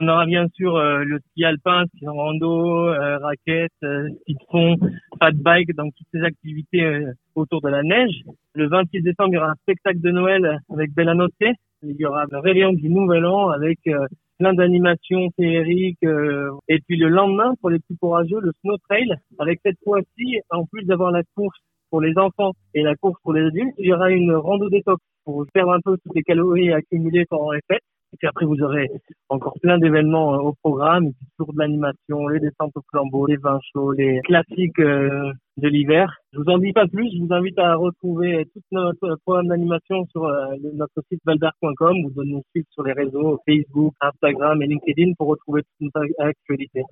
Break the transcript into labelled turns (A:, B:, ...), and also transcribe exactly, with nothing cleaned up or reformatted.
A: On aura bien sûr euh, le ski alpin, ski en rando, euh, raquettes, euh, ski de fond, fat bike, donc toutes ces activités euh, autour de la neige. Le vingt-six décembre, il y aura un spectacle de Noël avec Bella Notte. Il y aura le réveillon du Nouvel An avec euh, plein d'animations féeriques. Euh, et puis le lendemain, pour les plus courageux, le snow trail, avec cette fois-ci, en plus d'avoir la course pour les enfants et la course pour les adultes, il y aura une rando détox pour perdre un peu toutes les calories accumulées pendant les fêtes. Et puis après, vous aurez encore plein d'événements euh, au programme, et puis toujours de l'animation, les descentes au flambeau, les vins chauds, les classiques euh, de l'hiver. Je vous en dis pas plus, je vous invite à retrouver tout notre programme d'animation sur euh, le- notre site valbert point com ou de nous suivre sur les réseaux Facebook, Instagram et LinkedIn pour retrouver toute notre actualité.